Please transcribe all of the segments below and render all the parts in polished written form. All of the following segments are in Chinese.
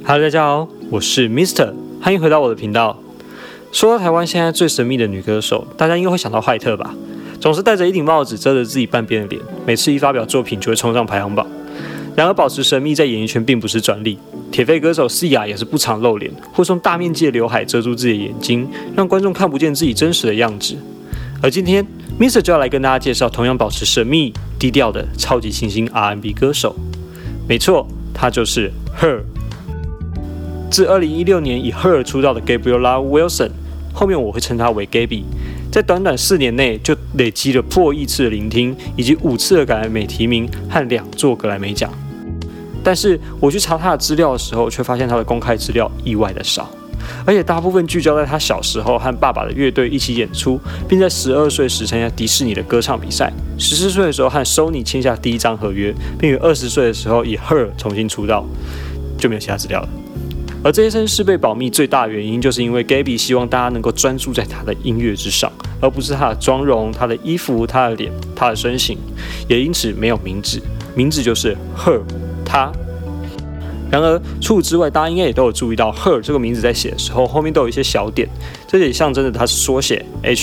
Hello， 大家好，我是 Mr.， 欢迎回到我的频道。说到台湾现在最神秘的女歌手，大家应该会想到坏特吧？总是戴着一顶帽子遮着自己半边的脸，每次一发表作品就会冲上排行榜。然而保持神秘在演艺圈并不是专利，铁肺歌手 Sia 也是不常露脸，或是用大面积的刘海遮住自己的眼睛，让观众看不见自己真实的样子。而今天 Mr. 就要来跟大家介绍同样保持神秘低调的超级新星 R&B 歌手。没错，他就是 Her。自2016年以 Her 出道的 Gabriella Wilson， 后面我会称她为 Gabby， 在短短4年内就累积了破亿次的聆听，以及5次的格莱美提名和2座格莱美奖。但是我去查她的资料的时候，却发现她的公开资料意外的少，而且大部分聚焦在她小时候和爸爸的乐队一起演出，并在12岁时参加迪士尼的歌唱比赛，14岁的时候和 Sony 签下第1张合约，并于20岁的时候以 Her 重新出道，就没有其他资料了。而这些身世被保密最大的原因，就是因为 Gabby 希望大家能够专注在她的音乐之上，而不是她的妆容、她的衣服、她的脸、她的身形，也因此没有名字，名字就是 Her 她。然而除此之外，大家应该也都有注意到 Her 这个名字在写的时候，后面都有一些小点，这也象征着它是缩写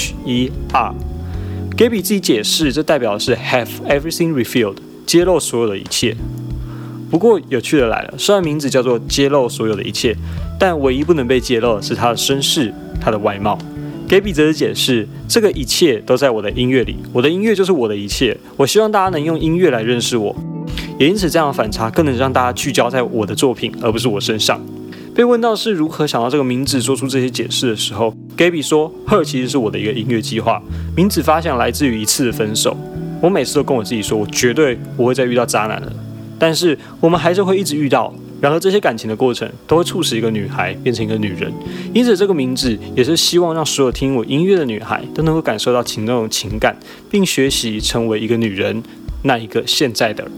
HER。Gabby 自己解释，这代表的是 Have everything revealed， 揭露所有的一切。不过有趣的来了，虽然名字叫做揭露所有的一切，但唯一不能被揭露的是他的身世、他的外貌。Gabby 则是解释，这个一切都在我的音乐里，我的音乐就是我的一切，我希望大家能用音乐来认识我，也因此这样的反差更能让大家聚焦在我的作品，而不是我身上。被问到是如何想到这个名字做出这些解释的时候， Gabby 说 Her 其实是我的一个音乐计划，名字发想来自于一次的分手。我每次都跟我自己说，我绝对不会再遇到渣男了，但是我们还是会一直遇到，然而这些感情的过程都会促使一个女孩变成一个女人，因此这个名字也是希望让所有听我音乐的女孩都能够感受到其中的情感，并学习成为一个女人，那一个现在的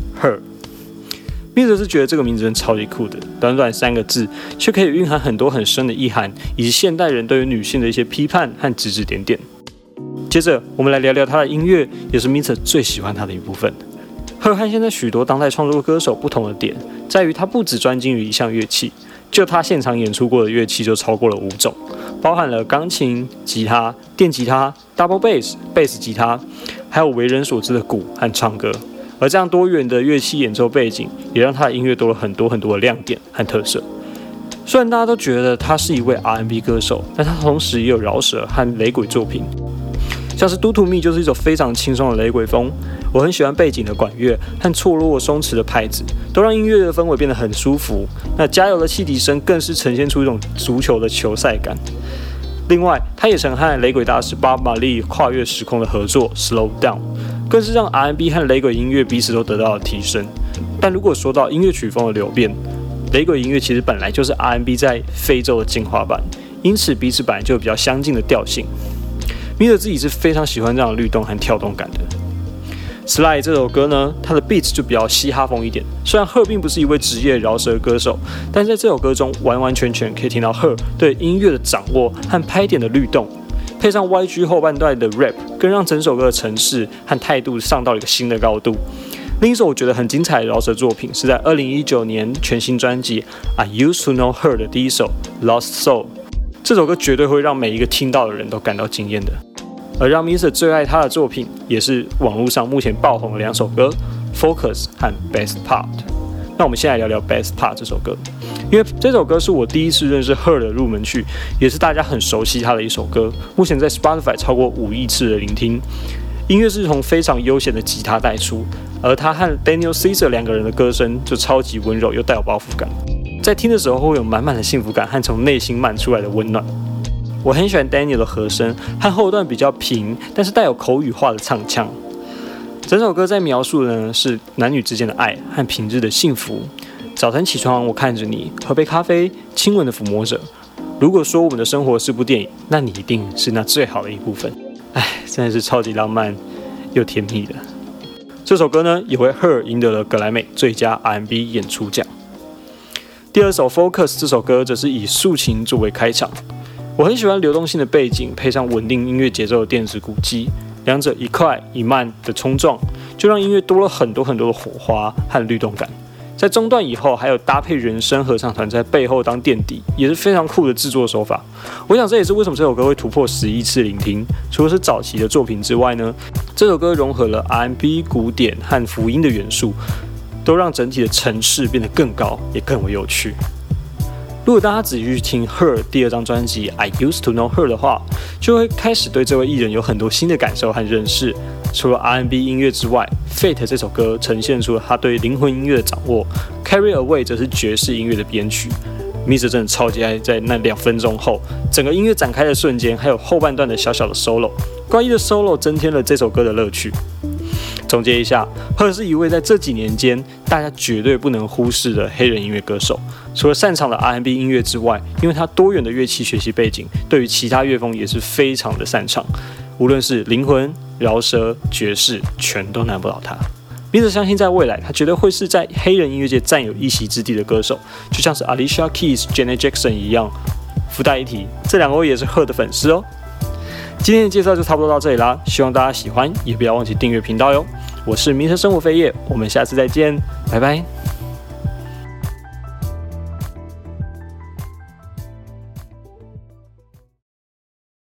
Her。Mr. 是觉得这个名字真超级酷的，短短3个字却可以蕴含很多很深的意涵，以及现代人对于女性的一些批判和指指点点。接着我们来聊聊她的音乐，也是 Mr. 最喜欢她的一部分。Her 和现在许多当代创作歌手不同的点，在于他不只专精于一项乐器，就他现场演出过的乐器就超过了5种，包含了钢琴、吉他、电吉他、double bass、贝斯吉他，还有为人所知的鼓和唱歌。而这样多元的乐器演奏背景，也让他的音乐多了很多很多的亮点和特色。虽然大家都觉得他是一位 R&B 歌手，但他同时也有饶舌和雷鬼作品，像是 Do To Me 就是一首非常轻松的雷鬼风。我很喜欢背景的管乐和错落松弛的拍子，都让音乐的氛围变得很舒服。那加油的汽笛声更是呈现出一种足球的球赛感。另外，他也曾和雷鬼大师 Bob Marley 跨越时空的合作 Slow Down， 更是让 R&B 和雷鬼音乐彼此都得到了提升。但如果说到音乐曲风的流变，雷鬼音乐其实本来就是 R&B 在非洲的进化版，因此彼此本来就有比较相近的调性。Mr. 自己是非常喜欢这样的律动和跳动感的。Slide 这首歌呢，它的 beat 就比较嘻哈风一点。虽然 Her 并不是一位职业饶舌歌手，但在这首歌中完完全全可以听到 Her 对音乐的掌握和拍点的律动，配上 YG 后半段的 rap， 更让整首歌的程式和态度上到了一个新的高度。另一首我觉得很精彩的饶舌作品是在2019年全新专辑 I Used to Know Her 的第一首 Lost Soul， 这首歌绝对会让每一个听到的人都感到惊艳的。而让 Mr. 最爱他的作品，也是网络上目前爆红的2首歌 Focus 和 Best Part。 那我们先来聊聊 Best Part 这首歌，因为这首歌是我第一次认识 Her 的入门曲，也是大家很熟悉他的一首歌，目前在 Spotify 超过5亿次的聆听。音乐是从非常悠闲的吉他带出，而他和 Daniel Caesar 2个人的歌声就超级温柔又带有包袱感，在听的时候会有满满的幸福感和从内心漫出来的温暖。我很喜欢 Daniel 的和声和后段比较平，但是带有口语化的唱腔。整首歌在描述的呢是男女之间的爱和平日的幸福。早晨起床，我看着你，喝杯咖啡，亲吻的抚摸着。如果说我们的生活是部电影，那你一定是那最好的一部分。真的是超级浪漫又甜蜜的。这首歌呢，也为 Her 赢得了格莱美最佳 R&B 演出奖。第2首 Focus 这首歌则是以抒情作为开场。我很喜欢流动性的背景，配上稳定音乐节奏的电子鼓机，两者一快一慢的冲撞，就让音乐多了很多很多的火花和律动感。 在中段以后，还有搭配人声合唱团在背后当垫底，也是非常酷的制作手法。我想这也是为什么这首歌会突破10亿次聆听。除了是早期的作品之外呢，这首歌融合了 R&B、古典和福音的元素，都让整体的层次变得更高，也更为有趣。如果大家仔细去听 Her 第2张专辑 I Used to Know Her 的话，就会开始对这位艺人有很多新的感受和认识。除了 R&B 音乐之外， Fate 这首歌呈现出了他对灵魂音乐的掌握， Carry Away 则是爵士音乐的编曲。Mr. 真的超级爱在那2分钟后，整个音乐展开的瞬间，还有后半段的小小的 solo， 怪异的 solo 增添了这首歌的乐趣。总结一下， Her 是一位在这几年间大家绝对不能忽视的黑人音乐歌手。除了擅长的 R&B 音乐之外，因为他多元的乐器学习背景，对于其他乐风也是非常的擅长。无论是灵魂、饶舌、爵士，全都难不倒他。Mr. 相信在未来，他绝对会是在黑人音乐界占有一席之地的歌手，就像是 Alicia Keys、Janet Jackson 一样。附带一提，这2位也是 Her 的粉丝哦。今天的介绍就差不多到这里啦，希望大家喜欢，也不要忘记订阅频道哟。我是Mr. 生活飞叶，我们下次再见，拜拜。